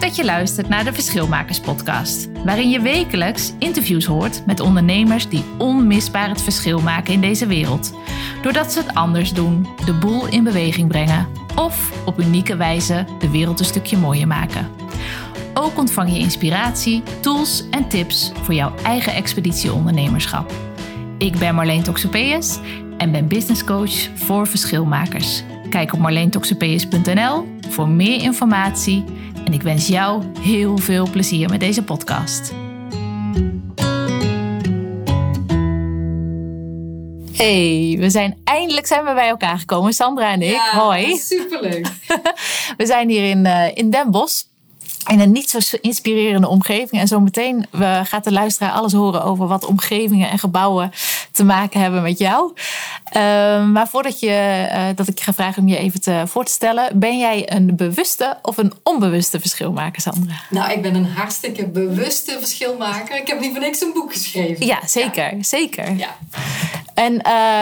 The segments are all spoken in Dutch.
dat je luistert naar de Verschilmakers podcast, waarin je wekelijks interviews hoort met ondernemers die onmisbaar het verschil maken in deze wereld. Doordat ze het anders doen, de boel in beweging brengen of op unieke wijze de wereld een stukje mooier maken. Ook ontvang je inspiratie, tools en tips voor jouw eigen expeditie ondernemerschap. Ik ben Marleen Toxopeus en ben business coach voor verschilmakers. Kijk op marleentoxopeus.nl voor meer informatie en ik wens jou heel veel plezier met deze podcast. Hey, eindelijk zijn we bij elkaar gekomen, Sandra en ik. Ja, hoi. Superleuk. We zijn hier in Den Bosch. In een niet zo inspirerende omgeving. En zo meteen gaat de luisteraar alles horen over wat omgevingen en gebouwen te maken hebben met jou. Maar voordat dat ik je ga vragen om je even voor te stellen. Ben jij een bewuste of een onbewuste verschilmaker, Sandra? Nou, ik ben een hartstikke bewuste verschilmaker. Ik heb niet voor niks een boek geschreven. Ja, zeker. Ja. Zeker. Ja. En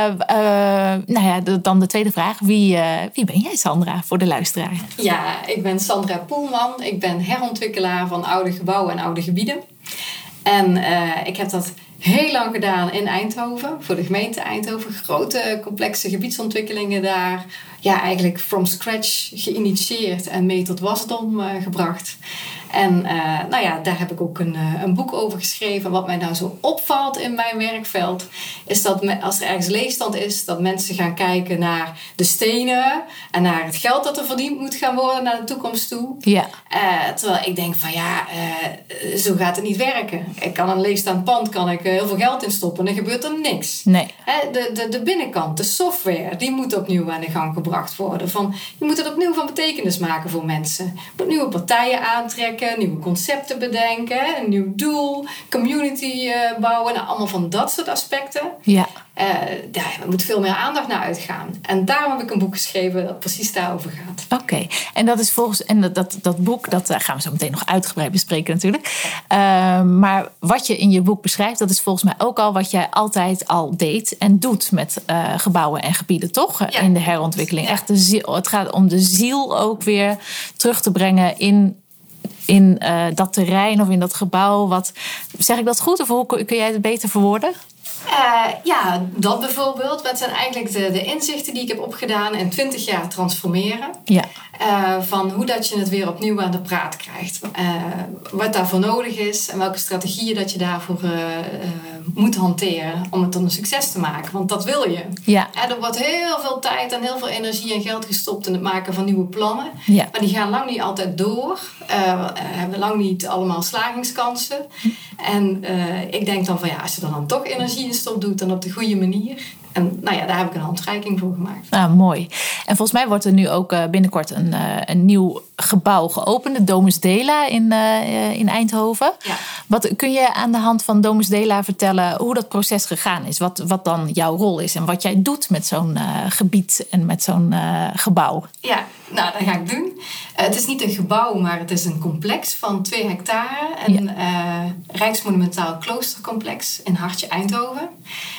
dan de tweede vraag. Wie ben jij, Sandra, voor de luisteraar? Ja, ik ben Sandra Poelman. Ik ben herontwikkelaar van oude gebouwen en oude gebieden. En ik heb dat heel lang gedaan in Eindhoven. Voor de gemeente Eindhoven. Grote, complexe gebiedsontwikkelingen daar. Ja, eigenlijk from scratch geïnitieerd en mee tot wasdom gebracht. En daar heb ik ook een boek over geschreven. Wat mij nou zo opvalt in mijn werkveld, is dat als er ergens leegstand is, dat mensen gaan kijken naar de stenen en naar het geld dat er verdiend moet gaan worden naar de toekomst toe. Ja. Terwijl ik denk van zo gaat het niet werken. Ik kan een leegstaand pand, heel veel geld in stoppen en dan gebeurt er niks. Nee. De binnenkant, de software, die moet opnieuw aan de gang gebracht worden. Je moet het opnieuw van betekenis maken voor mensen. Je moet nieuwe partijen aantrekken, nieuwe concepten bedenken, een nieuw doel, community bouwen. Nou, allemaal van dat soort aspecten. Ja. Er moet veel meer aandacht naar uitgaan. En daarom heb ik een boek geschreven dat precies daarover gaat. Oké. En dat is dat boek, dat gaan we zo meteen nog uitgebreid bespreken natuurlijk. Maar wat je in je boek beschrijft, dat is volgens mij ook al wat jij altijd al deed en doet met gebouwen en gebieden, toch? Ja. In de herontwikkeling. Ja. Echt het gaat om de ziel ook weer terug te brengen in dat terrein of in dat gebouw. Zeg ik dat goed of hoe kun jij het beter verwoorden? Dat bijvoorbeeld. Dat zijn eigenlijk de inzichten die ik heb opgedaan in 20 jaar transformeren. Ja. Van hoe dat je het weer opnieuw aan de praat krijgt. Wat daarvoor nodig is en welke strategieën dat je daarvoor moet hanteren om het tot een succes te maken. Want dat wil je. Ja. Er wordt heel veel tijd en heel veel energie en geld gestopt in het maken van nieuwe plannen. Ja. Maar die gaan lang niet altijd door. Hebben lang niet allemaal slagingskansen. En ik denk dan van als je er dan toch energie in stopt, doe het dan op de goede manier. En daar heb ik een handreiking voor gemaakt. Ah, mooi. En volgens mij wordt er nu ook binnenkort een nieuw gebouw geopend. De Domus Dela in Eindhoven. Ja. Kun je aan de hand van Domus Dela vertellen hoe dat proces gegaan is? Wat dan jouw rol is en wat jij doet met zo'n gebied en met zo'n gebouw? Ja, dat ga ik doen. Het is niet een gebouw, maar het is een complex van 2 hectare. Een rijksmonumentaal kloostercomplex in Hartje Eindhoven.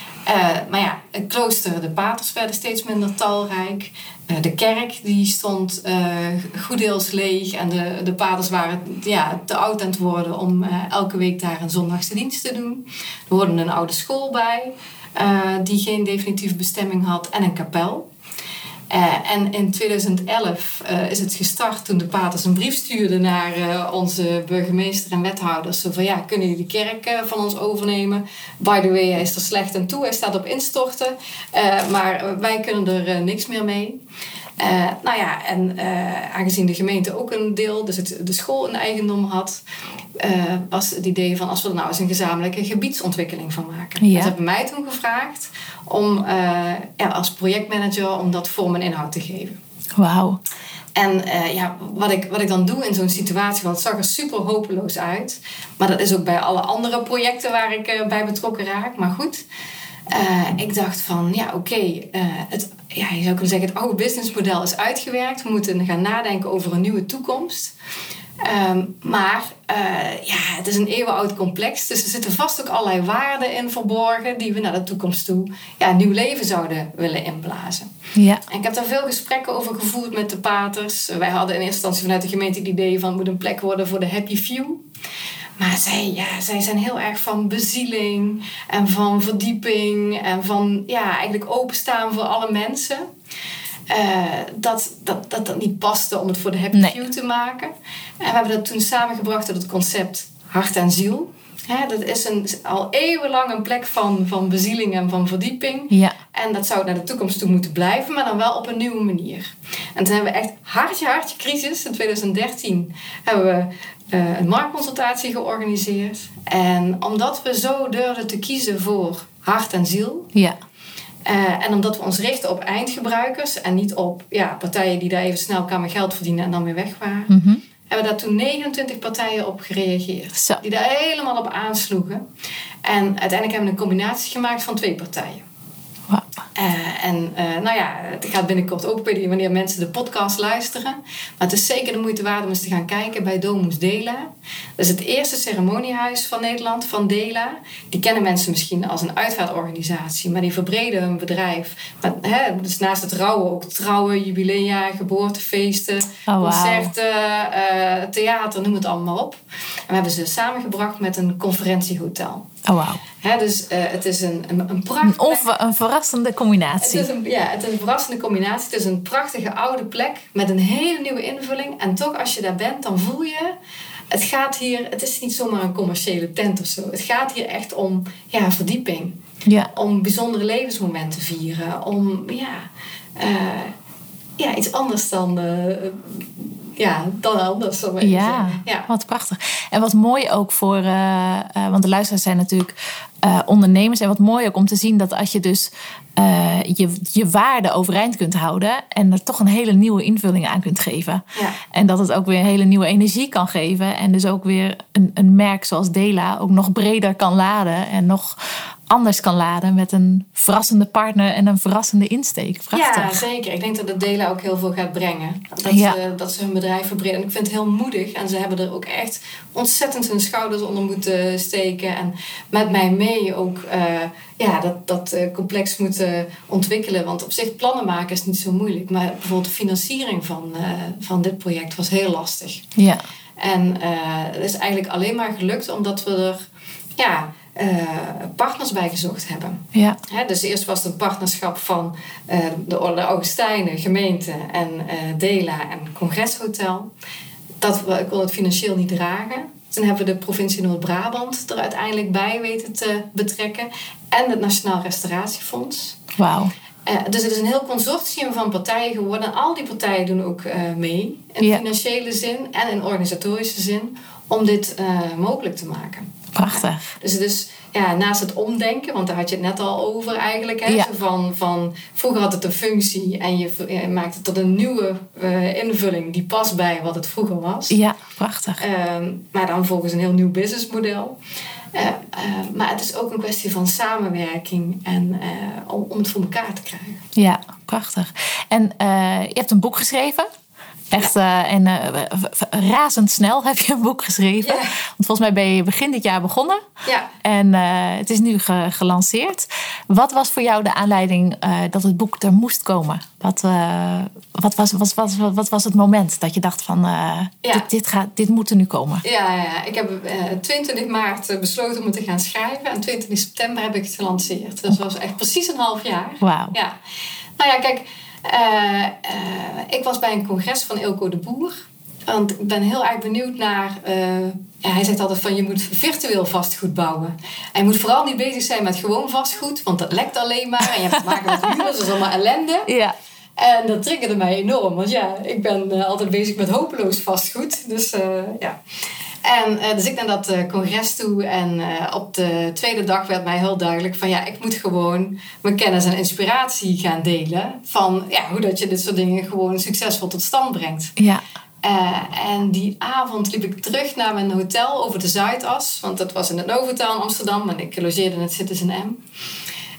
Het klooster, de paters werden steeds minder talrijk. De kerk die stond goed deels leeg. En de paters waren te oud aan het worden om elke week daar een zondagse dienst te doen. Er hoorde een oude school bij die geen definitieve bestemming had. En een kapel. En in 2011 is het gestart toen de paters een brief stuurden naar onze burgemeester en wethouders. Zo van kunnen jullie de kerk van ons overnemen? By the way, hij is er slecht aan toe. Hij staat op instorten. Maar wij kunnen er niks meer mee. Aangezien de gemeente ook een deel, dus de school in eigendom had, was het idee van als we er nou eens een gezamenlijke gebiedsontwikkeling van maken. Ja. Dus hebben mij toen gevraagd om als projectmanager om dat vorm en inhoud te geven. Wauw. En wat ik dan doe in zo'n situatie, want het zag er super hopeloos uit. Maar dat is ook bij alle andere projecten waar ik bij betrokken raak. Maar goed, ik dacht van je zou kunnen zeggen het oude businessmodel is uitgewerkt. We moeten gaan nadenken over een nieuwe toekomst. Maar het is een eeuwenoud complex. Dus er zitten vast ook allerlei waarden in verborgen die we naar de toekomst toe een nieuw leven zouden willen inblazen. Ja. En ik heb daar veel gesprekken over gevoerd met de paters. Wij hadden in eerste instantie vanuit de gemeente het idee van het moet een plek worden voor de happy few. Maar zij zijn heel erg van bezieling en van verdieping en van eigenlijk openstaan voor alle mensen. Dat niet paste om het voor de happy few te maken. En we hebben dat toen samengebracht tot het concept hart en ziel. Dat is al eeuwenlang een plek van bezieling en van verdieping. Ja. En dat zou naar de toekomst toe moeten blijven, maar dan wel op een nieuwe manier. En toen hebben we echt hartje crisis. In 2013 hebben we een marktconsultatie georganiseerd. En omdat we zo durfden te kiezen voor hart en ziel. Ja. En omdat we ons richten op eindgebruikers en niet op partijen die daar even snel kwamen geld verdienen en dan weer weg waren. Mm-hmm. Hebben daar toen 29 partijen op gereageerd. Zo. Die daar helemaal op aansloegen. En uiteindelijk hebben we een combinatie gemaakt van 2 partijen. Wow. Het gaat binnenkort ook wanneer mensen de podcast luisteren. Maar het is zeker de moeite waard om eens te gaan kijken bij Domus Dela. Dat is het eerste ceremoniehuis van Nederland, van Dela. Die kennen mensen misschien als een uitvaartorganisatie. Maar die verbreden hun bedrijf. Dus naast het rouwen ook trouwen, jubilea, geboortefeesten, concerten, theater, noem het allemaal op. En we hebben ze samengebracht met een conferentiehotel. Oh, wauw. Dus het is een prachtige... Een verrassende combinatie. Het is een verrassende combinatie. Het is een prachtige oude plek met een hele nieuwe invulling. En toch, als je daar bent, dan voel je... Het is niet zomaar een commerciële tent of zo. Het gaat hier echt om verdieping. Ja. Om bijzondere levensmomenten vieren. Om iets anders dan anders. Ja, wat prachtig. En wat mooi ook voor... want de luisteraars zijn natuurlijk ondernemers. En wat mooi ook om te zien dat als je dus je waarde overeind kunt houden... en er toch een hele nieuwe invulling aan kunt geven. Ja. En dat het ook weer een hele nieuwe energie kan geven. En dus ook weer een merk zoals Dela ook nog breder kan laden... en nog anders kan laden met een verrassende partner en een verrassende insteek. Prachtig. Ja, zeker. Ik denk dat de Dela ook heel veel gaat brengen. Dat ze hun bedrijf verbreden. En ik vind het heel moedig. En ze hebben er ook echt ontzettend hun schouders onder moeten steken. En met mij mee ook dat complex moeten ontwikkelen. Want op zich plannen maken is niet zo moeilijk. Maar bijvoorbeeld de financiering van dit project was heel lastig. Ja. En het is eigenlijk alleen maar gelukt omdat we er... partners bij gezocht hebben. Ja. Dus eerst was het een partnerschap van de Orde Augustijnen, gemeente en Dela en Congreshotel. Dat kon het financieel niet dragen. Toen hebben we de provincie Noord-Brabant er uiteindelijk bij weten te betrekken. En het Nationaal Restauratiefonds. Wauw. Dus het is een heel consortium van partijen geworden. En al die partijen doen ook mee. In financiële zin en in organisatorische zin. Om dit mogelijk te maken. Prachtig. Dus het is naast het omdenken, want daar had je het net al over eigenlijk. Hè? Ja. Van vroeger had het een functie en je maakt het tot een nieuwe invulling die past bij wat het vroeger was. Ja, prachtig. Maar dan volgens een heel nieuw businessmodel. Maar het is ook een kwestie van samenwerking en om het voor elkaar te krijgen. Ja, prachtig. En je hebt een boek geschreven. Echt, razendsnel heb je een boek geschreven. Ja. Want volgens mij ben je begin dit jaar begonnen. Ja. En het is nu gelanceerd. Wat was voor jou de aanleiding dat het boek er moest komen? Wat was het moment dat je dacht van... dit moet er nu komen? Ja. Ik heb 22 maart besloten om het te gaan schrijven. En 22 september heb ik het gelanceerd. Dus dat was echt precies een half jaar. Wauw. Ja. Nou ja, kijk... ik was bij een congres van Eelco de Boer. Want ik ben heel erg benieuwd naar... hij zegt altijd van je moet virtueel vastgoed bouwen. En je moet vooral niet bezig zijn met gewoon vastgoed. Want dat lekt alleen maar. En je hebt te maken met huurders, dat is allemaal ellende. Ja. En dat triggerde mij enorm. Want ik ben altijd bezig met hopeloos vastgoed. Dus dus ik naar dat congres toe. En op de tweede dag werd mij heel duidelijk van... ik moet gewoon mijn kennis en inspiratie gaan delen. Van hoe dat je dit soort dingen gewoon succesvol tot stand brengt. Ja. En die avond liep ik terug naar mijn hotel over de Zuidas. Want dat was in het Novotel in Amsterdam. En ik logeerde in het Citizen M.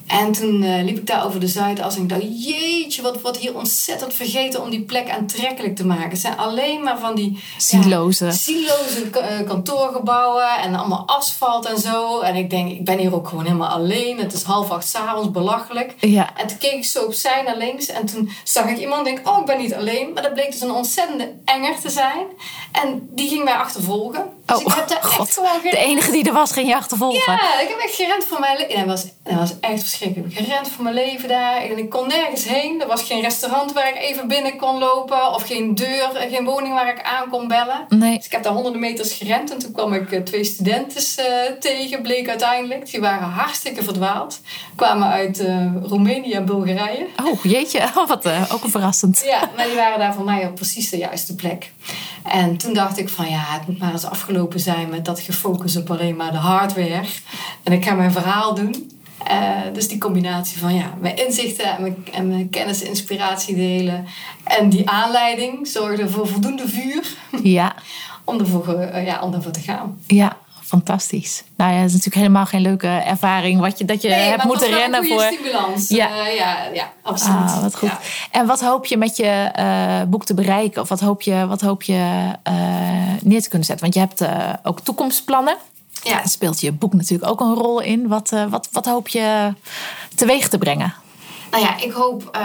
En toen liep ik daar over de Zuidas en ik dacht, jeetje, wat wordt hier ontzettend vergeten om die plek aantrekkelijk te maken. Het zijn alleen maar van die Siloze kantoorgebouwen en allemaal asfalt en zo. En ik denk, ik ben hier ook gewoon helemaal alleen. Het is 7:30 s'avonds, belachelijk. Ja. En toen keek ik zo opzij naar links en toen zag ik iemand en denk, oh, ik ben niet alleen. Maar dat bleek dus een ontzettende enger te zijn. En die ging mij achtervolgen. Dus ik heb daar echt gewoon de enige die er was, ging je achtervolgen. Ja, ik heb echt gerend voor mijn leven. Dat was echt verschrikkelijk. Gerend voor mijn leven daar. En ik kon nergens heen. Er was geen restaurant waar ik even binnen kon lopen. Of geen deur, geen woning waar ik aan kon bellen. Nee. Dus ik heb daar honderden meters gerend. En toen kwam ik 2 studenten tegen, bleek uiteindelijk. Die waren hartstikke verdwaald. Kwamen uit Roemenië en Bulgarije. Oh, jeetje. Wat ook een verrassend. Ja, maar die waren daar voor mij op precies de juiste plek. En toen dacht ik van het moet maar eens afgelopen zijn met dat gefocust op alleen maar de hardware. En ik ga mijn verhaal doen. Dus die combinatie van mijn inzichten en mijn kennis en inspiratie delen. En die aanleiding zorgde voor voldoende vuur. Ja. om ervoor te gaan. Ja. Fantastisch. Nou ja, het is natuurlijk helemaal geen leuke ervaring dat je hebt moeten rennen voor. Nee, maar het was een goede stimulans. Ja, absoluut. Wat goed. Ja. En wat hoop je met je boek te bereiken? Of wat hoop je neer te kunnen zetten? Want je hebt ook toekomstplannen. Ja. Daar speelt je boek natuurlijk ook een rol in. Wat hoop je teweeg te brengen? Nou ja, ik hoop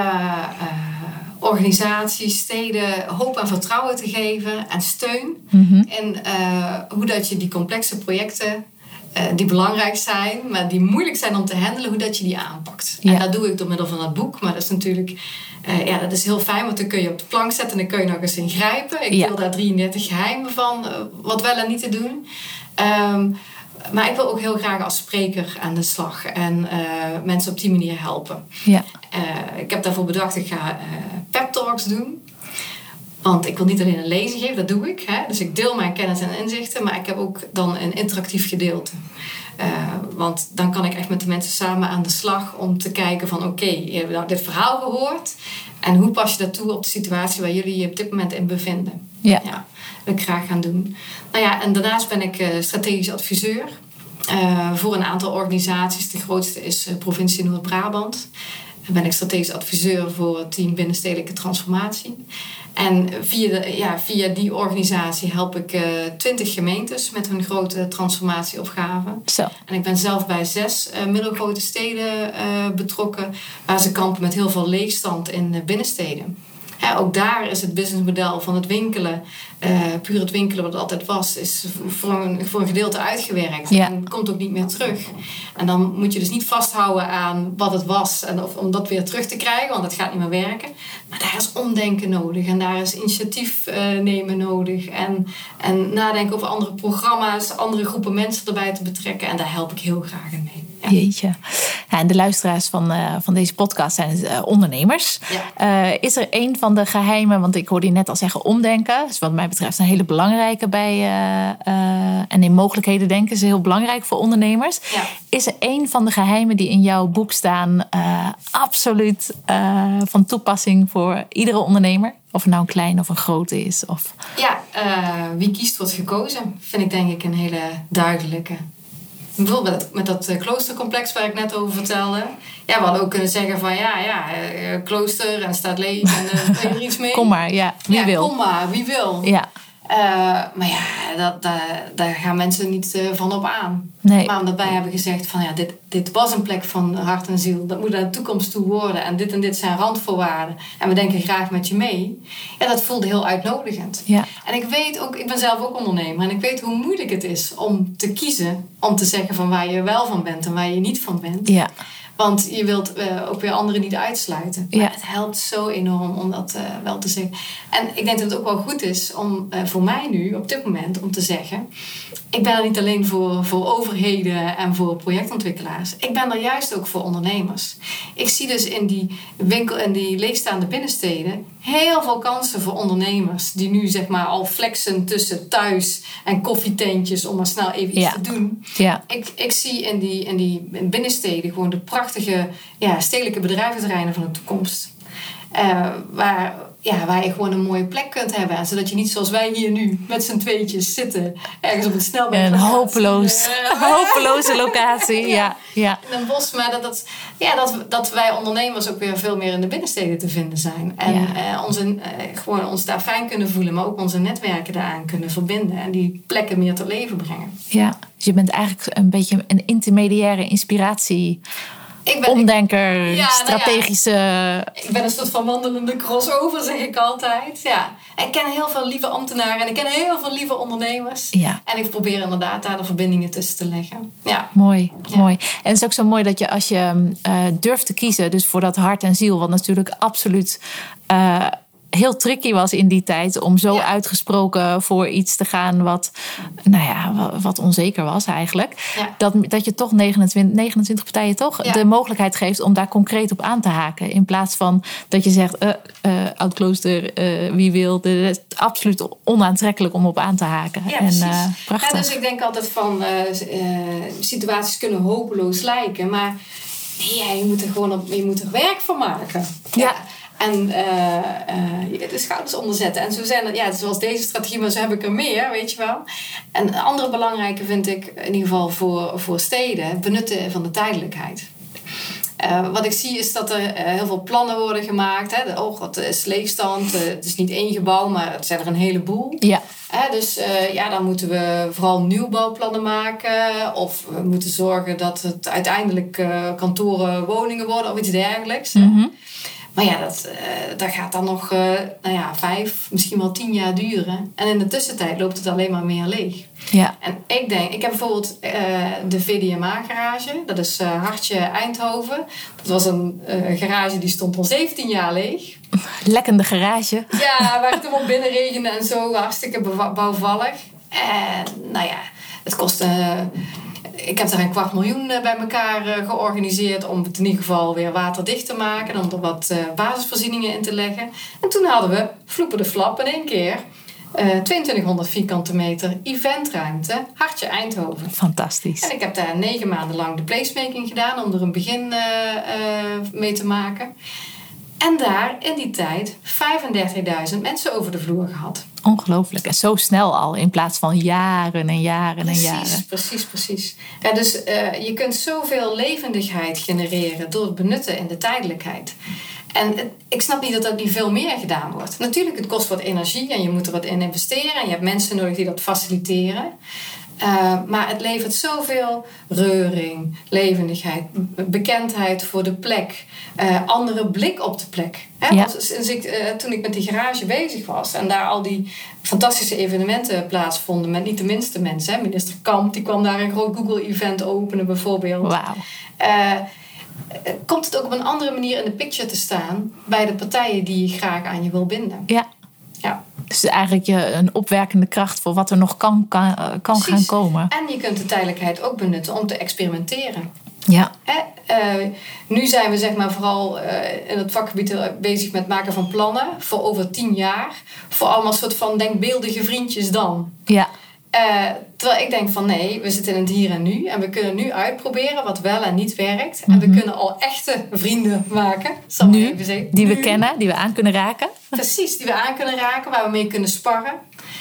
organisaties, steden hoop en vertrouwen te geven en steun. Mm-hmm. En hoe dat je die complexe projecten die belangrijk zijn, maar die moeilijk zijn om te handelen, hoe dat je die aanpakt. Ja. En dat doe ik door middel van het boek. Maar dat is natuurlijk dat is heel fijn, want dan kun je op de plank zetten en dan kun je nog eens ingrijpen. Ik deel daar 33 geheimen van, wat wel en niet te doen. Maar ik wil ook heel graag als spreker aan de slag en mensen op die manier helpen. Ja. Ik heb daarvoor bedacht, ik ga pep talks doen. Want ik wil niet alleen een lezing geven, dat doe ik. Hè? Dus ik deel mijn kennis en inzichten, maar ik heb ook dan een interactief gedeelte. Want dan kan ik echt met de mensen samen aan de slag om te kijken van oké, je hebt nou dit verhaal gehoord. En hoe pas je dat toe op de situatie waar jullie je op dit moment in bevinden? Ja. Ja, dat wil ik graag gaan doen. Nou ja, en daarnaast ben ik strategisch adviseur. Voor een aantal organisaties. De grootste is provincie Noord-Brabant. Dan ben ik strategisch adviseur voor het team binnenstedelijke transformatie. En via die organisatie help ik 20 gemeentes met hun grote transformatieopgaven. Zo. En ik ben zelf bij 6 middelgrote steden betrokken, waar ze kampen met heel veel leegstand in binnensteden. Ja, ook daar is het businessmodel van het winkelen, puur het winkelen wat het altijd was, is voor een gedeelte uitgewerkt. Ja. En komt ook niet meer terug. En dan moet je dus niet vasthouden aan wat het was en om dat weer terug te krijgen, want dat gaat niet meer werken. Maar daar is omdenken nodig en daar is initiatief nemen nodig en nadenken over andere programma's, andere groepen mensen erbij te betrekken. En daar help ik heel graag in mee. Ja. Jeetje. Ja, en de luisteraars van deze podcast zijn ondernemers. Ja. Is er een van de geheimen, want ik hoorde je net al zeggen omdenken. Dus wat mij betreft een hele belangrijke en in mogelijkheden denken is heel belangrijk voor ondernemers. Ja. Is er een van de geheimen die in jouw boek staan absoluut van toepassing voor iedere ondernemer? Of het nou een klein of een grote is? Of... Ja, wie kiest wordt gekozen. Vind ik denk ik een hele duidelijke. Bijvoorbeeld met dat kloostercomplex waar ik net over vertelde. Ja, we hadden ook kunnen zeggen van klooster en staat leeg en wil je er iets mee? Kom maar, wie wil. Kom maar, wie wil. Ja. Maar ja, daar gaan mensen niet van op aan. Nee. Maar omdat wij hebben gezegd van dit was een plek van hart en ziel. Dat moet naar de toekomst toe worden. En dit zijn randvoorwaarden. En we denken graag met je mee. Ja, dat voelde heel uitnodigend. Ja. En ik weet ook, ik ben zelf ook ondernemer. En ik weet hoe moeilijk het is om te kiezen. Om te zeggen van waar je wel van bent en waar je niet van bent. Ja. Want je wilt ook weer anderen niet uitsluiten. Maar het helpt zo enorm om dat wel te zeggen. En ik denk dat het ook wel goed is om voor mij nu, op dit moment, om te zeggen... Ik ben er niet alleen voor overheden en voor projectontwikkelaars. Ik ben er juist ook voor ondernemers. Ik zie dus in die winkel en die leegstaande binnensteden heel veel kansen voor ondernemers. Die nu zeg maar al flexen tussen thuis en koffietentjes om maar snel even iets te doen. Ja. Ik zie in die binnensteden gewoon de prachtige stedelijke bedrijventerreinen van de toekomst. Waar waar je gewoon een mooie plek kunt hebben. En zodat je niet zoals wij hier nu met z'n tweetjes zitten. Ergens op een snelweg. Een hopeloze locatie. Ja. In een bos. Maar dat wij ondernemers ook weer veel meer in de binnensteden te vinden zijn. En gewoon ons daar fijn kunnen voelen. Maar ook onze netwerken daaraan kunnen verbinden. En die plekken meer tot leven brengen. Ja, dus je bent eigenlijk een beetje een intermediaire inspiratie. Omdenker, strategische... Ik ben een soort van wandelende crossover, zeg ik altijd. Ja. Ik ken heel veel lieve ambtenaren en ik ken heel veel lieve ondernemers. Ja. En ik probeer inderdaad daar de verbindingen tussen te leggen. Ja. Mooi. En het is ook zo mooi dat je als je durft te kiezen, dus voor dat hart en ziel, wat natuurlijk absoluut heel tricky was in die tijd om zo uitgesproken voor iets te gaan wat onzeker was eigenlijk. Ja. Dat je toch 29 partijen de mogelijkheid geeft om daar concreet op aan te haken. In plaats van dat je zegt, Oud-Klooster, wie wil. Het is absoluut onaantrekkelijk om op aan te haken. Ja, precies. Prachtig. Ja, dus ik denk altijd van situaties kunnen hopeloos lijken. Maar je moet er werk van maken. Ja. En de schouders onderzetten. En zo zijn het, zoals deze strategie, maar zo heb ik er meer, weet je wel. En een andere belangrijke vind ik, in ieder geval voor steden, benutten van de tijdelijkheid. Wat ik zie is dat er heel veel plannen worden gemaakt. Hè. Het is leegstand, het is niet één gebouw, maar het zijn er een heleboel. Ja. Dus dan moeten we vooral nieuwbouwplannen maken. Of we moeten zorgen dat het uiteindelijk kantoren, woningen worden of iets dergelijks. Mm-hmm. Maar dat gaat dan nog 5, misschien wel 10 jaar duren. En in de tussentijd loopt het alleen maar meer leeg. Ja. En ik heb bijvoorbeeld de VDMA-garage. Dat is Hartje Eindhoven. Dat was een garage die stond al 17 jaar leeg. Lekkende garage. Ja, waar het helemaal binnen regende en zo. Hartstikke bouwvallig. En het kostte... Ik heb daar $250.000 bij elkaar georganiseerd om het in ieder geval weer waterdicht te maken. En om er wat basisvoorzieningen in te leggen. En toen hadden we, floepen de flap in één keer, 2200 vierkante meter eventruimte, Hartje Eindhoven. Fantastisch. En ik heb daar 9 maanden lang de placemaking gedaan om er een begin mee te maken. En daar in die tijd 35.000 mensen over de vloer gehad. Ongelooflijk. En zo snel al, in plaats van jaren en jaren en jaren. Precies. Ja, dus je kunt zoveel levendigheid genereren door het benutten in de tijdelijkheid. En ik snap niet dat niet veel meer gedaan wordt. Natuurlijk, het kost wat energie en je moet er wat in investeren. En je hebt mensen nodig die dat faciliteren. Maar het levert zoveel reuring, levendigheid, bekendheid voor de plek, andere blik op de plek. Hè? Ja. Toen ik met die garage bezig was en daar al die fantastische evenementen plaatsvonden met niet de minste mensen. Hè? Minister Kamp die kwam daar een groot Google-event openen bijvoorbeeld. Wauw. Komt het ook op een andere manier in de picture te staan bij de partijen die je graag aan je wil binden. Ja. Ja. Dus eigenlijk een opwerkende kracht voor wat er nog kan gaan komen. En je kunt de tijdelijkheid ook benutten om te experimenteren. Ja. Nu zijn we zeg maar vooral in het vakgebied bezig met maken van plannen voor over 10 jaar. Voor allemaal soort van denkbeeldige vriendjes dan. Ja. Terwijl ik denk van nee, we zitten in het hier en nu. En we kunnen nu uitproberen wat wel en niet werkt. En we kunnen al echte vrienden maken. Die we kennen, die we aan kunnen raken. Precies, die we aan kunnen raken, waar we mee kunnen sparren.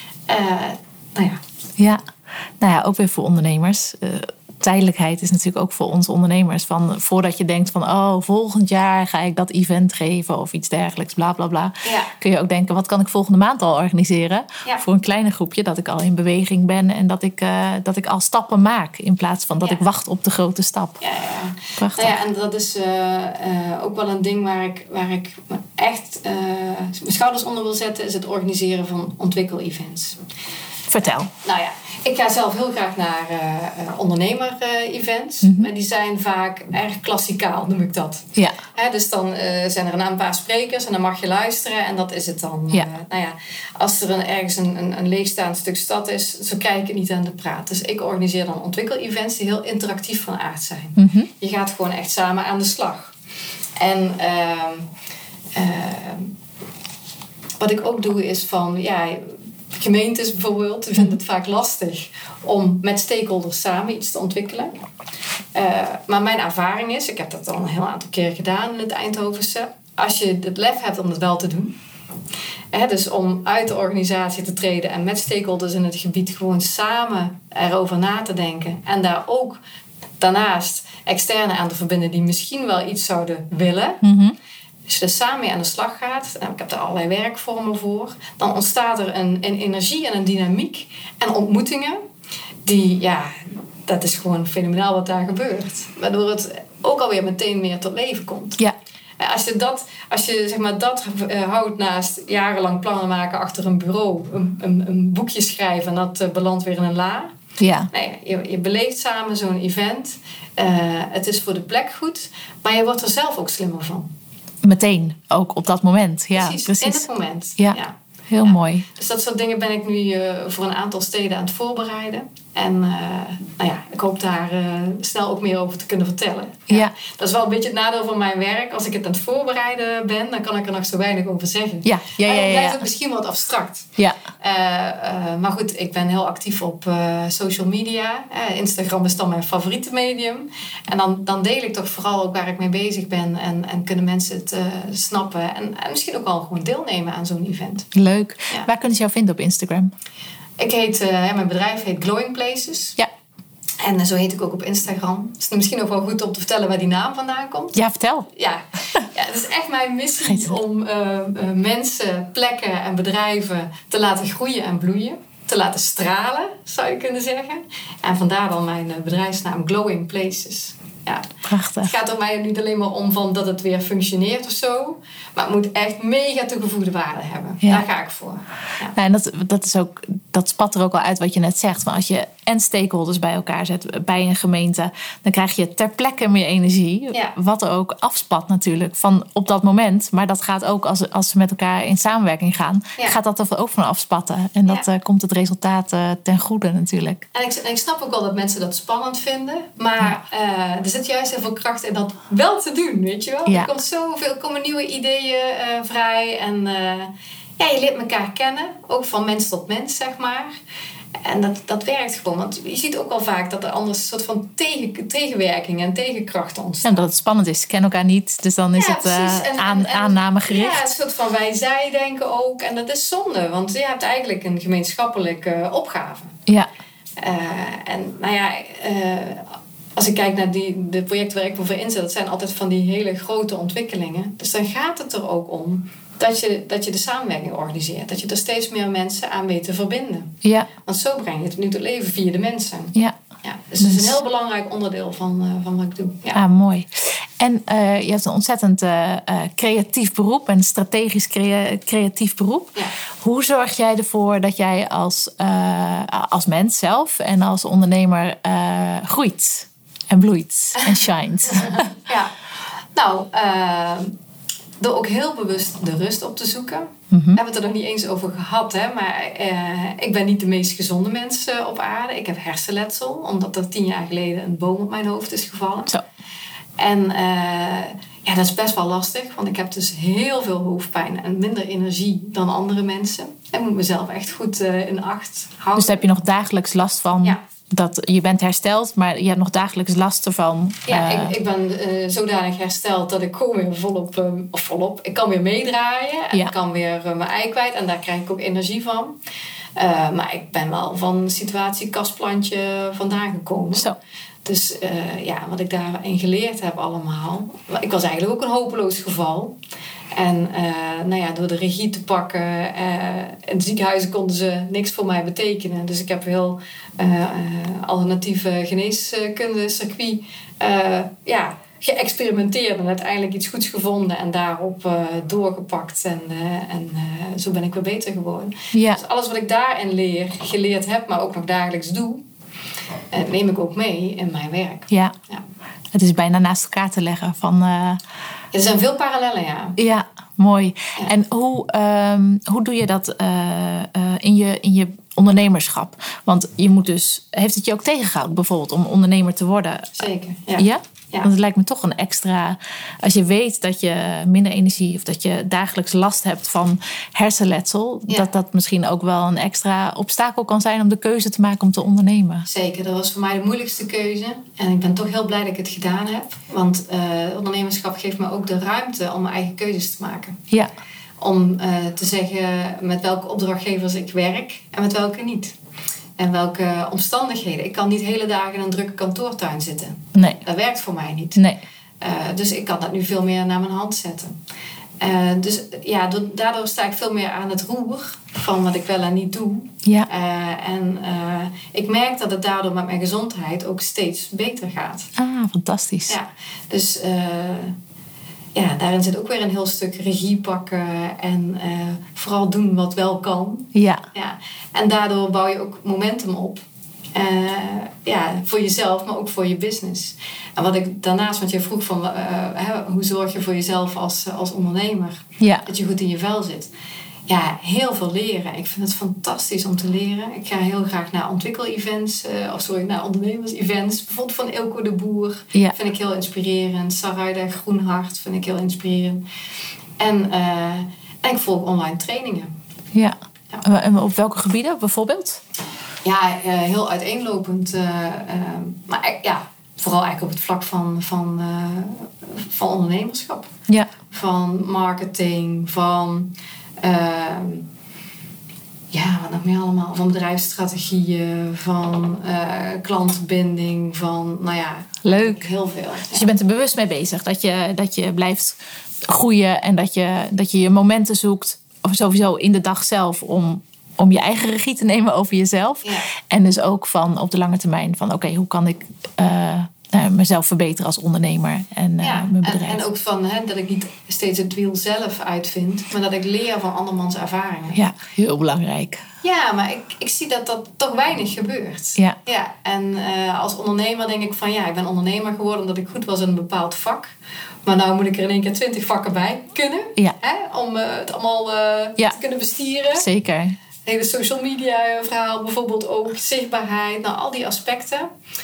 Ja, ook weer voor ondernemers. Tijdelijkheid is natuurlijk ook voor ons ondernemers. Voordat je denkt van volgend jaar ga ik dat event geven of iets dergelijks, bla bla bla. Ja. Kun je ook denken, wat kan ik volgende maand al organiseren? Ja. Voor een kleine groepje, dat ik al in beweging ben en dat ik al stappen maak. In plaats van dat ik wacht op de grote stap. Ja. Prachtig. En dat is ook wel een ding waar ik me echt mijn schouders onder wil zetten, is het organiseren van ontwikkel-events. Vertel. Ik ga zelf heel graag naar ondernemer-events. Mm-hmm. Maar die zijn vaak erg klassikaal, noem ik dat. Ja. Dus dan zijn er een paar sprekers en dan mag je luisteren en dat is het dan. Ja. Als er ergens een leegstaand stuk stad is, zo krijg ik het niet aan de praat. Dus ik organiseer dan ontwikkel-events die heel interactief van aard zijn. Mm-hmm. Je gaat gewoon echt samen aan de slag. En wat ik ook doe is van... gemeentes bijvoorbeeld vinden het vaak lastig om met stakeholders samen iets te ontwikkelen. Maar mijn ervaring is, ik heb dat al een heel aantal keer gedaan in het Eindhovense, als je het lef hebt om dat wel te doen, Dus om uit de organisatie te treden en met stakeholders in het gebied gewoon samen erover na te denken. En daar ook daarnaast externe aan te verbinden die misschien wel iets zouden willen. Mm-hmm. Als je er samen mee aan de slag gaat, ik heb er allerlei werkvormen voor, dan ontstaat er een energie en een dynamiek en ontmoetingen die, dat is gewoon fenomenaal wat daar gebeurt. Waardoor het ook alweer meteen meer tot leven komt. Ja. Als je zeg maar dat houdt naast jarenlang plannen maken achter een bureau, een boekje schrijven en dat belandt weer in een la. Ja. Je beleeft samen zo'n event. Het is voor de plek goed, maar je wordt er zelf ook slimmer van. Meteen, ook op dat moment. Ja, precies. In het moment. Ja. Heel mooi. Dus dat soort dingen ben ik nu voor een aantal steden aan het voorbereiden. En ik hoop daar snel ook meer over te kunnen vertellen. Ja. Dat is wel een beetje het nadeel van mijn werk. Als ik het aan het voorbereiden ben, dan kan ik er nog zo weinig over zeggen. Ja. En dan blijft het misschien wat abstract. Ja. Maar goed, ik ben heel actief op social media. Instagram is dan mijn favoriete medium. En dan deel ik toch vooral ook waar ik mee bezig ben. En kunnen mensen het snappen. En misschien ook wel gewoon deelnemen aan zo'n event. Leuk. Ja. Waar kunnen ze jou vinden op Instagram? Mijn bedrijf heet Glowing Places. Ja. En zo heet ik ook op Instagram. Het is misschien nog wel goed om te vertellen waar die naam vandaan komt. Ja, vertel. Ja, het is echt mijn missie om mensen, plekken en bedrijven te laten groeien en bloeien. Te laten stralen, zou je kunnen zeggen. En vandaar dan mijn bedrijfsnaam Glowing Places. Ja. Prachtig. Het gaat er mij niet alleen maar om van dat het weer functioneert of zo. Maar het moet echt mega toegevoegde waarde hebben. Ja. Daar ga ik voor. Ja. En dat spat er ook al uit wat je net zegt. Want als je en stakeholders bij elkaar zet bij een gemeente, dan krijg je ter plekke meer energie. Ja. Wat er ook afspat natuurlijk van op dat moment. Maar dat gaat ook als ze met elkaar in samenwerking gaan, gaat dat er ook van afspatten. En dat komt het resultaat ten goede natuurlijk. En ik snap ook wel dat mensen dat spannend vinden. Maar er zit juist heel veel kracht in dat wel te doen, weet je wel. Ja. Er komen nieuwe ideeën vrij. En je leert elkaar kennen. Ook van mens tot mens, zeg maar. En dat werkt gewoon. Want je ziet ook wel vaak dat er anders een soort van tegenwerking en tegenkrachten ontstaan. Ja, omdat het spannend is. Ze kennen elkaar niet. Dus dan is het aannamegericht. Ja, een soort van wij-zij denken ook. En dat is zonde. Want je hebt eigenlijk een gemeenschappelijke opgave. Ja. Als ik kijk naar de projecten waar ik me voor inzet, dat zijn altijd van die hele grote ontwikkelingen. Dus dan gaat het er ook om dat je de samenwerking organiseert. Dat je er steeds meer mensen aan weet te verbinden. Ja. Want zo breng je het nu tot leven via de mensen. Ja. Dus dat is een heel belangrijk onderdeel van wat ik doe. Ja. Ah, mooi. En je hebt een ontzettend creatief beroep. Een strategisch creatief beroep. Ja. Hoe zorg jij ervoor dat jij als mens zelf en als ondernemer groeit en bloeit en shined? Door ook heel bewust de rust op te zoeken. Mm-hmm. We hebben het er nog niet eens over gehad. Maar ik ben niet de meest gezonde mens op aarde. Ik heb hersenletsel. Omdat er 10 jaar geleden een boom op mijn hoofd is gevallen. Zo. En dat is best wel lastig. Want ik heb dus heel veel hoofdpijn en minder energie dan andere mensen. Ik moet mezelf echt goed in acht houden. Dus daar heb je nog dagelijks last van? Ja. Dat je bent hersteld, maar je hebt nog dagelijks last ervan. Ja, ik ben zodanig hersteld dat ik gewoon weer volop. Ik kan weer meedraaien en ik kan weer mijn ei kwijt en daar krijg ik ook energie van. Maar ik ben wel van de situatie kastplantje vandaan gekomen. Zo. Dus wat ik daarin geleerd heb allemaal. Ik was eigenlijk ook een hopeloos geval. En door de regie te pakken. In de ziekenhuizen konden ze niks voor mij betekenen. Dus ik heb heel alternatieve geneeskunde circuit geëxperimenteerd. En uiteindelijk iets goeds gevonden. En daarop doorgepakt. En zo ben ik weer beter geworden. Ja. Dus alles wat ik daarin geleerd heb. Maar ook nog dagelijks doe. Neem ik ook mee in mijn werk. Ja. Het is bijna naast elkaar te leggen. Er zijn veel parallellen, ja. Ja, mooi. Ja. En hoe doe je dat in je ondernemerschap? Want je moet dus... Heeft het je ook tegengehouden bijvoorbeeld om ondernemer te worden? Zeker, ja. Ja? Want het lijkt me toch een extra... Als je weet dat je minder energie... of dat je dagelijks last hebt van hersenletsel... dat misschien ook wel een extra obstakel kan zijn... om de keuze te maken om te ondernemen. Zeker, dat was voor mij de moeilijkste keuze. En ik ben toch heel blij dat ik het gedaan heb. Want ondernemerschap geeft me ook de ruimte om mijn eigen keuzes te maken. Ja. om te zeggen met welke opdrachtgevers ik werk en met welke niet. En welke omstandigheden. Ik kan niet hele dagen in een drukke kantoortuin zitten. Nee. Dat werkt voor mij niet. Nee. Dus ik kan dat nu veel meer naar mijn hand zetten. Dus ja, daardoor sta ik veel meer aan het roer van wat ik wel en niet doe. Ja. Ik merk dat het daardoor met mijn gezondheid ook steeds beter gaat. Ah, fantastisch. Ja, dus daarin zit ook weer een heel stuk regie pakken en vooral doen wat wel kan. Ja. Ja. En daardoor bouw je ook momentum op. Voor jezelf, maar ook voor je business. En wat ik daarnaast, want je vroeg van hoe zorg je voor jezelf als ondernemer? Ja. Dat je goed in je vel zit. Ja, heel veel leren. Ik vind het fantastisch om te leren. Ik ga heel graag naar naar ondernemers-events. Bijvoorbeeld van Eelco de Boer. Ja. Vind ik heel inspirerend. Sarayda Groenhart vind ik heel inspirerend. En ik volg online trainingen. Ja. En op welke gebieden bijvoorbeeld? Ja, heel uiteenlopend. Maar vooral eigenlijk op het vlak van ondernemerschap. Ja. Van marketing, van wat nog meer allemaal. Van bedrijfsstrategieën, van klantbinding, van leuk. Heel veel. Dus je bent er bewust mee bezig. Dat je blijft groeien en dat je momenten zoekt. Of sowieso in de dag zelf om je eigen regie te nemen over jezelf. Ja. En dus ook van op de lange termijn van oké, hoe kan ik mezelf verbeteren als ondernemer en mijn bedrijf. En ook van dat ik niet steeds het wiel zelf uitvind, maar dat ik leer van andermans ervaringen. Ja, heel belangrijk. Ja, maar ik zie dat toch weinig gebeurt. Ja. Ja, en als ondernemer denk ik van ik ben ondernemer geworden omdat ik goed was in een bepaald vak. Maar nou moet ik er in één keer 20 vakken bij kunnen. Ja. Om het allemaal te kunnen bestieren. Zeker. Het hele social media verhaal bijvoorbeeld ook. Zichtbaarheid, al die aspecten.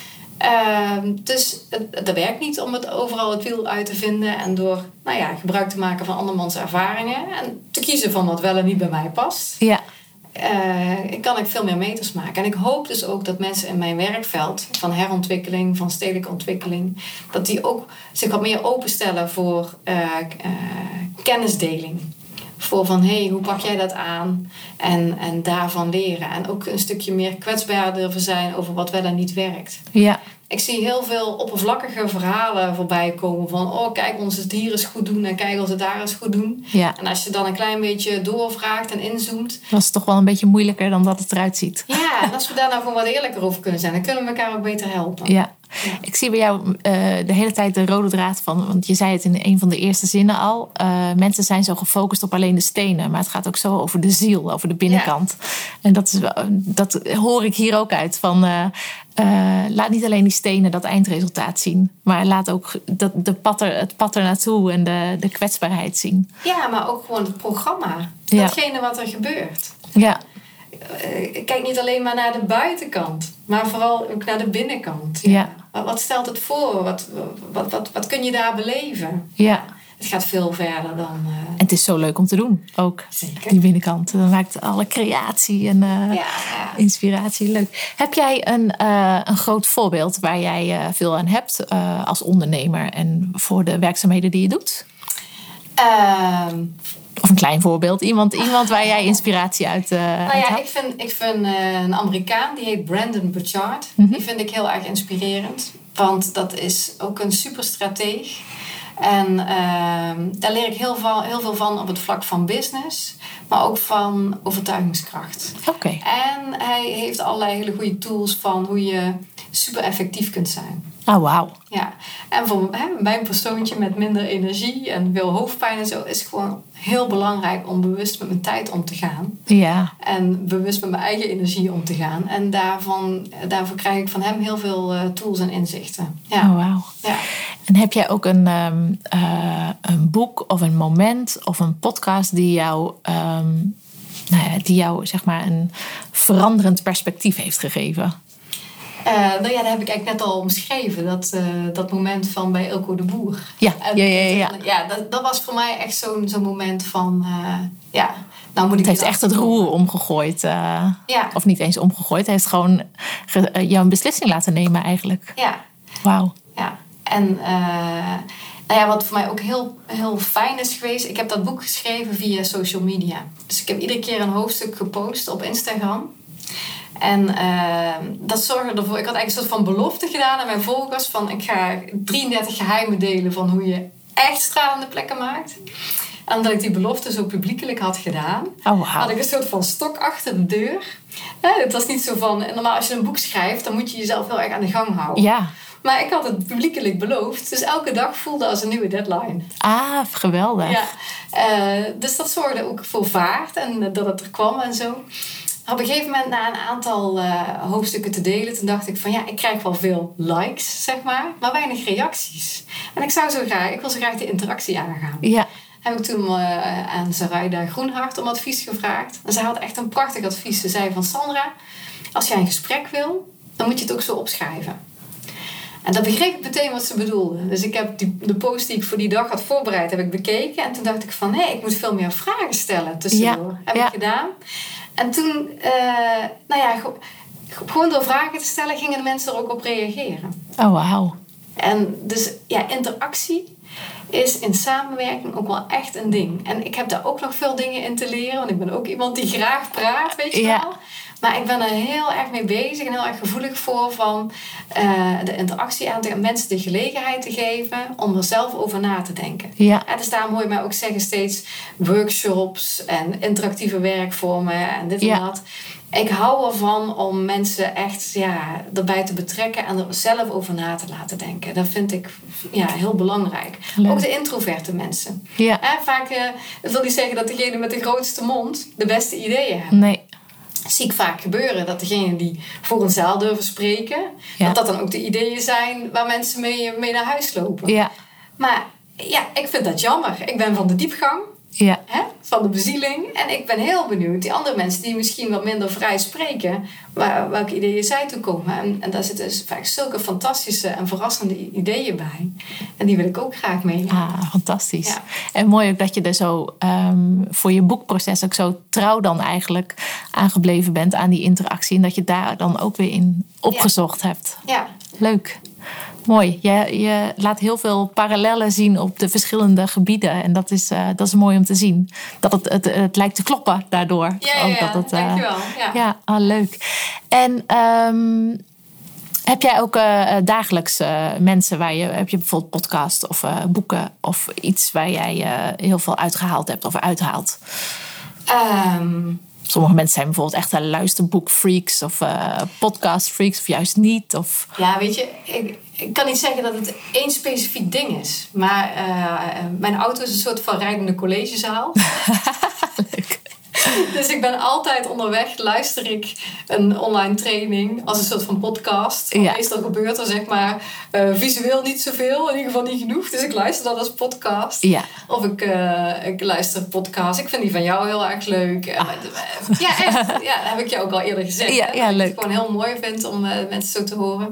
Dus dat werkt niet om overal het wiel uit te vinden. En door gebruik te maken van andermans ervaringen. En te kiezen van wat wel en niet bij mij past. Ja. Kan ik veel meer meters maken. En ik hoop dus ook dat mensen in mijn werkveld van herontwikkeling, van stedelijke ontwikkeling, dat die ook zich wat meer openstellen voor kennisdeling. Voor van, hoe pak jij dat aan? En daarvan leren. En ook een stukje meer kwetsbaar durven zijn over wat wel en niet werkt. Ja. Ik zie heel veel oppervlakkige verhalen voorbij komen van kijk ons het hier eens goed doen en kijk ons het daar eens goed doen. Ja. En als je dan een klein beetje doorvraagt en inzoomt. Dat is toch wel een beetje moeilijker dan dat het eruit ziet. Ja, en als we daar nou gewoon wat eerlijker over kunnen zijn, dan kunnen we elkaar ook beter helpen. Ja. Ja. Ik zie bij jou de hele tijd de rode draad van, want je zei het in een van de eerste zinnen al. Mensen zijn zo gefocust op alleen de stenen, maar het gaat ook zo over de ziel, over de binnenkant. Ja. En dat hoor ik hier ook uit van. Laat niet alleen die stenen dat eindresultaat zien, maar laat ook het pad er naartoe en de kwetsbaarheid zien. Ja, maar ook gewoon het programma. Datgene wat er gebeurt. Ja. Kijk niet alleen maar naar de buitenkant, maar vooral ook naar de binnenkant. Ja. Wat stelt het voor? Wat kun je daar beleven? Ja. Het gaat veel verder dan. En het is zo leuk om te doen, ook. Zeker. Die binnenkant. Dan maakt alle creatie en inspiratie leuk. Heb jij een groot voorbeeld waar jij veel aan hebt als ondernemer en voor de werkzaamheden die je doet? Of een klein voorbeeld. Iemand waar jij inspiratie uit haalt? Ik vind een Amerikaan, die heet Brendon Burchard. Mm-hmm. Die vind ik heel erg inspirerend. Want dat is ook een superstrateeg. En daar leer ik heel veel van op het vlak van business. Maar ook van overtuigingskracht. Oké. En hij heeft allerlei hele goede tools van hoe je super effectief kunt zijn. Oh, wauw. Ja, en voor mijn persoontje met minder energie en veel hoofdpijn en zo, is het gewoon heel belangrijk om bewust met mijn tijd om te gaan. Ja. En bewust met mijn eigen energie om te gaan. En daarvoor krijg ik van hem heel veel tools en inzichten. Ja. Oh, wauw. Ja. En heb jij ook een boek of een moment of een podcast die jou zeg maar een veranderend perspectief heeft gegeven? Dat heb ik eigenlijk net al omschreven. Dat moment van bij Eelco de Boer. Ja. Dat was voor mij echt zo'n moment van. Nou moet ik het heeft echt het roer omgegooid. Of niet eens omgegooid. Hij heeft gewoon jou een beslissing laten nemen eigenlijk. Ja. Wauw. Ja. En Nou ja, wat voor mij ook heel, heel fijn is geweest. Ik heb dat boek geschreven via social media. Dus ik heb iedere keer een hoofdstuk gepost op Instagram. En dat zorgde ervoor. Ik had eigenlijk een soort van belofte gedaan aan mijn volgers. Van ik ga 33 geheimen delen van hoe je echt stralende plekken maakt. En omdat ik die belofte zo publiekelijk had gedaan, had ik een soort van stok achter de deur. Het was niet zo van, normaal als je een boek schrijft, dan moet je jezelf heel erg aan de gang houden. Ja. Maar ik had het publiekelijk beloofd. Dus elke dag voelde als een nieuwe deadline. Ah, geweldig. Ja. Dus dat zorgde ook voor vaart en dat het er kwam en zo. Op een gegeven moment, na een aantal hoofdstukken te delen, toen dacht ik van ik krijg wel veel likes, zeg maar weinig reacties. En ik wil zo graag de interactie aangaan. Ja. Heb ik toen aan Sarayda Groenhart om advies gevraagd. En zij had echt een prachtig advies. Ze zei van Sandra, als jij een gesprek wil, dan moet je het ook zo opschrijven. En dat begreep ik meteen wat ze bedoelde. Dus ik heb de post die ik voor die dag had voorbereid, heb ik bekeken. En toen dacht ik van, ik moet veel meer vragen stellen tussendoor. Heb ik gedaan. En toen, gewoon door vragen te stellen, gingen de mensen er ook op reageren. Oh, wauw. En dus, interactie is in samenwerking ook wel echt een ding. En ik heb daar ook nog veel dingen in te leren. Want ik ben ook iemand die graag praat, weet je wel. Maar ik ben er heel erg mee bezig en heel erg gevoelig voor van de interactie aan mensen de gelegenheid te geven om er zelf over na te denken. Ja. En dus daarom hoor je mij ook zeggen steeds workshops en interactieve werkvormen en dit en dat. Ik hou ervan om mensen echt erbij te betrekken en er zelf over na te laten denken. Dat vind ik heel belangrijk. Leuk. Ook de introverte mensen. Ja. Vaak wil niet zeggen dat degene met de grootste mond de beste ideeën heeft. Nee. Zie ik vaak gebeuren dat degenen die voor een zaal durven spreken, dat dan ook de ideeën zijn waar mensen mee naar huis lopen. Ja. Maar ik vind dat jammer. Ik ben van de diepgang. Ja. Van de bezieling. En ik ben heel benieuwd. Die andere mensen die misschien wat minder vrij spreken, welke ideeën zij toekomen. En daar zitten dus vaak zulke fantastische en verrassende ideeën bij. En die wil ik ook graag meenemen. Ah, fantastisch. Ja. En mooi ook dat je er zo voor je boekproces ook zo trouw dan eigenlijk aangebleven bent aan die interactie. En dat je daar dan ook weer in opgezocht hebt. Ja. Leuk. Mooi. Je laat heel veel parallellen zien op de verschillende gebieden. En dat is mooi om te zien. Dat het lijkt te kloppen daardoor. Dankjewel. Leuk. En heb jij ook dagelijks mensen heb je bijvoorbeeld podcast of boeken of iets waar jij heel veel uitgehaald hebt of uithaalt? Sommige mensen zijn bijvoorbeeld echt luisterboekfreaks of podcastfreaks of juist niet. Of... Ja, weet je, ik kan niet zeggen dat het één specifiek ding is. Maar mijn auto is een soort van rijdende collegezaal. Leuk. Dus ik ben altijd onderweg, luister ik een online training als een soort van podcast. Meestal gebeurt er zeg maar visueel niet zoveel, in ieder geval niet genoeg. Dus ik luister dat als podcast. Ja. Of ik luister podcast. Ik vind die van jou heel erg leuk. Echt. Ja, dat heb ik je ook al eerder gezegd. Ja, dat leuk. Ik het gewoon heel mooi vind om mensen zo te horen.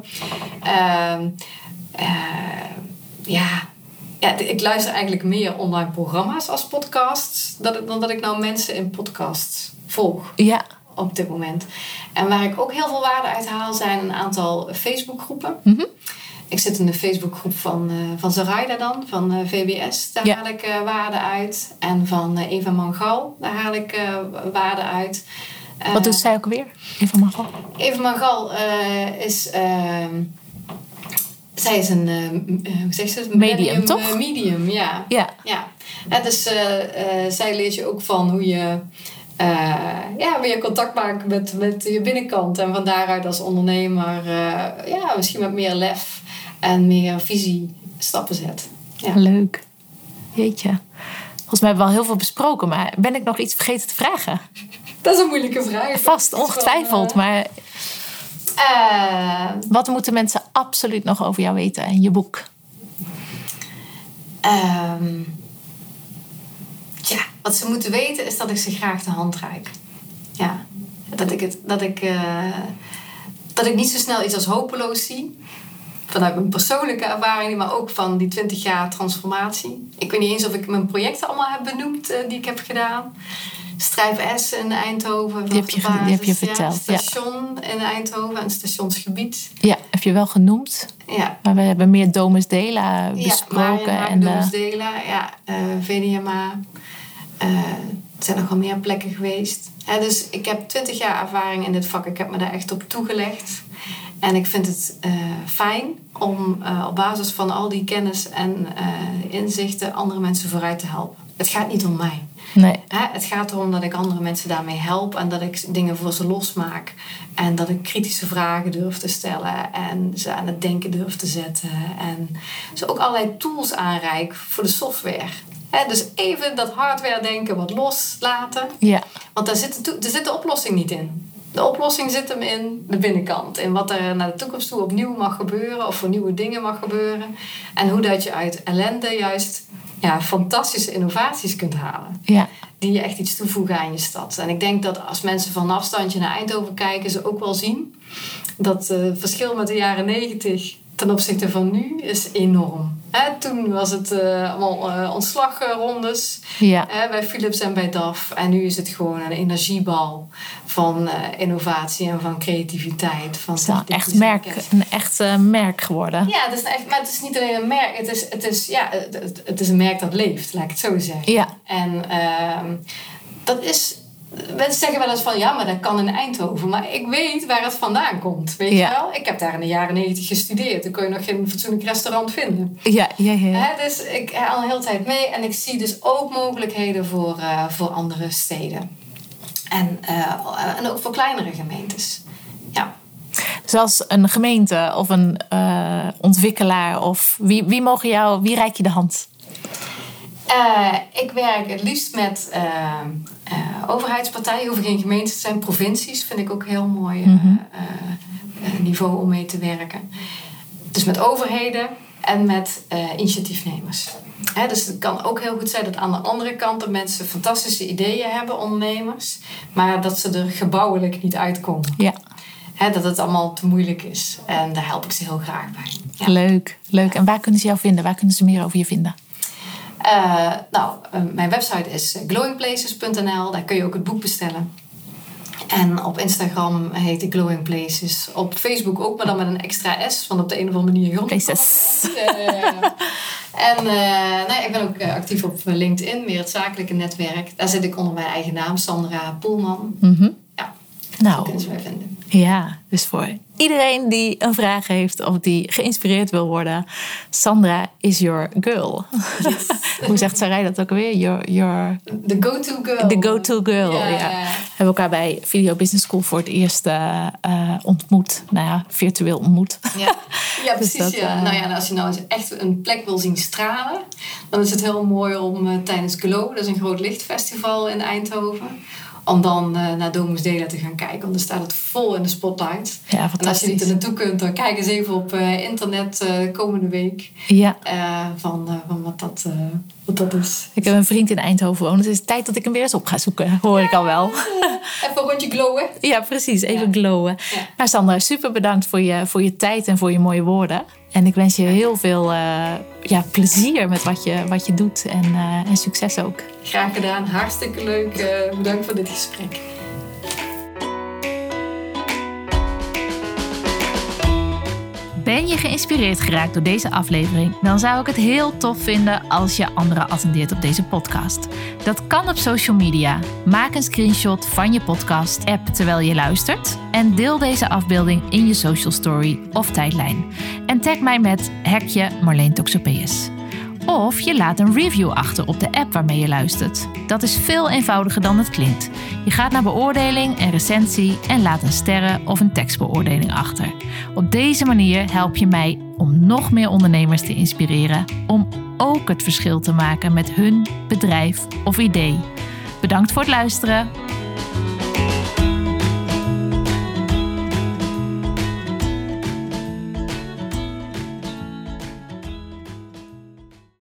Ik luister eigenlijk meer online programma's als podcasts dan dat ik nou mensen in podcasts volg op dit moment. En waar ik ook heel veel waarde uit haal zijn een aantal Facebookgroepen. Mm-hmm. Ik zit in de Facebookgroep van Sarayda dan, van VWS. Daar haal ik waarde uit. En van Eva Mangal, daar haal ik waarde uit. Wat doet zij ook weer, Eva Mangal? Eva Mangal is... zij is een hoe zeg je dat? Medium, toch? Medium, ja. En dus zij leert je ook van hoe je weer contact maakt met je binnenkant. En van daaruit als ondernemer misschien met meer lef en meer visie stappen zet. Ja. Leuk. Jeetje. Volgens mij hebben we al heel veel besproken, maar ben ik nog iets vergeten te vragen? Dat is een moeilijke vraag. Vast, ongetwijfeld, maar... wat moeten mensen absoluut nog over jou weten en je boek? Wat ze moeten weten is dat ik ze graag de hand reik. Ja. Dat ik niet zo snel iets als hopeloos zie. Vanuit mijn persoonlijke ervaring, maar ook van die 20 jaar transformatie. Ik weet niet eens of ik mijn projecten allemaal heb benoemd die ik heb gedaan. Strijf S in Eindhoven. Die heb je verteld. Ja, station in Eindhoven en stationsgebied. Ja, heb je wel genoemd. Ja. Maar we hebben meer Domus Dela besproken. Ja, Domus Dela, VDMA. Er zijn nog wel meer plekken geweest. Dus ik heb 20 jaar ervaring in dit vak. Ik heb me daar echt op toegelegd. En ik vind het fijn om op basis van al die kennis en inzichten andere mensen vooruit te helpen. Het gaat niet om mij. Nee. Het gaat erom dat ik andere mensen daarmee help en dat ik dingen voor ze losmaak. En dat ik kritische vragen durf te stellen en ze aan het denken durf te zetten. En ze ook allerlei tools aanreik voor de software. Dus even dat hardware denken wat loslaten. Ja. Want daar zit de oplossing niet in. De oplossing zit hem in de binnenkant. In wat er naar de toekomst toe opnieuw mag gebeuren. Of voor nieuwe dingen mag gebeuren. En hoe dat je uit ellende juist fantastische innovaties kunt halen. Ja. Die je echt iets toevoegen aan je stad. En ik denk dat als mensen van een afstandje naar Eindhoven kijken, ze ook wel zien dat het verschil met de jaren 90 ten opzichte van nu is enorm. Toen was het allemaal ontslagrondes bij Philips en bij DAF. En nu is het gewoon een energiebal van innovatie en van creativiteit. Van het is een echt merk geworden. Ja, maar het is niet alleen een merk. Het is een merk dat leeft, laat ik het zo zeggen. Ja. En dat is... Mensen zeggen wel eens van, ja, maar dat kan in Eindhoven. Maar ik weet waar het vandaan komt, weet je wel? Ik heb daar in de jaren 90 gestudeerd. Dan kon je nog geen fatsoenlijk restaurant vinden. Ja. Dus ik ga al een hele tijd mee. En ik zie dus ook mogelijkheden voor andere steden. En ook voor kleinere gemeentes. Ja. Zoals een gemeente of een ontwikkelaar. Of wie reik je de hand? Ik werk het liefst met overheidspartijen. Hoeven geen gemeenten te zijn. Provincies vind ik ook een heel mooi niveau om mee te werken. Dus met overheden en met initiatiefnemers. Dus het kan ook heel goed zijn dat aan de andere kant de mensen fantastische ideeën hebben, ondernemers. Maar dat ze er gebouwelijk niet uitkomen. Ja. Dat het allemaal te moeilijk is. En daar help ik ze heel graag bij. Ja. Leuk. En waar kunnen ze jou vinden? Waar kunnen ze meer over je vinden? Mijn website is glowingplaces.nl. Daar kun je ook het boek bestellen. En op Instagram heet ik Glowing Places. Op Facebook ook, maar dan met een extra S. Want op de een of andere manier Places. En ik ben ook actief op LinkedIn. Meer het zakelijke netwerk. Daar zit ik onder mijn eigen naam. Sandra Poelman. Mm-hmm. Ja, nou, zo kunnen ze mij vinden. Ja, dus voor iedereen die een vraag heeft of die geïnspireerd wil worden, Sandra is your girl. Yes. Hoe zegt Sarai dat ook alweer? The go-to girl. The go-to girl, ja. We hebben elkaar bij Video Business School voor het eerst ontmoet. Virtueel ontmoet. Ja, precies. Dus als je nou eens echt een plek wil zien stralen, dan is het heel mooi om tijdens Glow, dat is een groot lichtfestival in Eindhoven, om dan naar Domus Dela te gaan kijken. Want dan staat het vol in de spotlight. Ja, en als je niet er naartoe kunt, dan kijk eens even op internet komende week. Ja. Van wat dat is. Ik heb een vriend in Eindhoven wonen. Dus het is tijd dat ik hem weer eens op ga zoeken. Hoor ik al wel. Even een rondje glowen. Ja, precies. Even glowen. Ja. Maar Sandra, super bedankt voor je tijd en voor je mooie woorden. En ik wens je heel veel plezier met wat je doet. En succes ook. Graag gedaan. Hartstikke leuk. Bedankt voor dit gesprek. Ben je geïnspireerd geraakt door deze aflevering? Dan zou ik het heel tof vinden als je anderen attendeert op deze podcast. Dat kan op social media. Maak een screenshot van je podcast-app terwijl je luistert. En deel deze afbeelding in je social story of tijdlijn. En tag mij met #Marleen Toxopeus. Of je laat een review achter op de app waarmee je luistert. Dat is veel eenvoudiger dan het klinkt. Je gaat naar beoordeling en recensie en laat een sterren- of een tekstbeoordeling achter. Op deze manier help je mij om nog meer ondernemers te inspireren om ook het verschil te maken met hun bedrijf of idee. Bedankt voor het luisteren.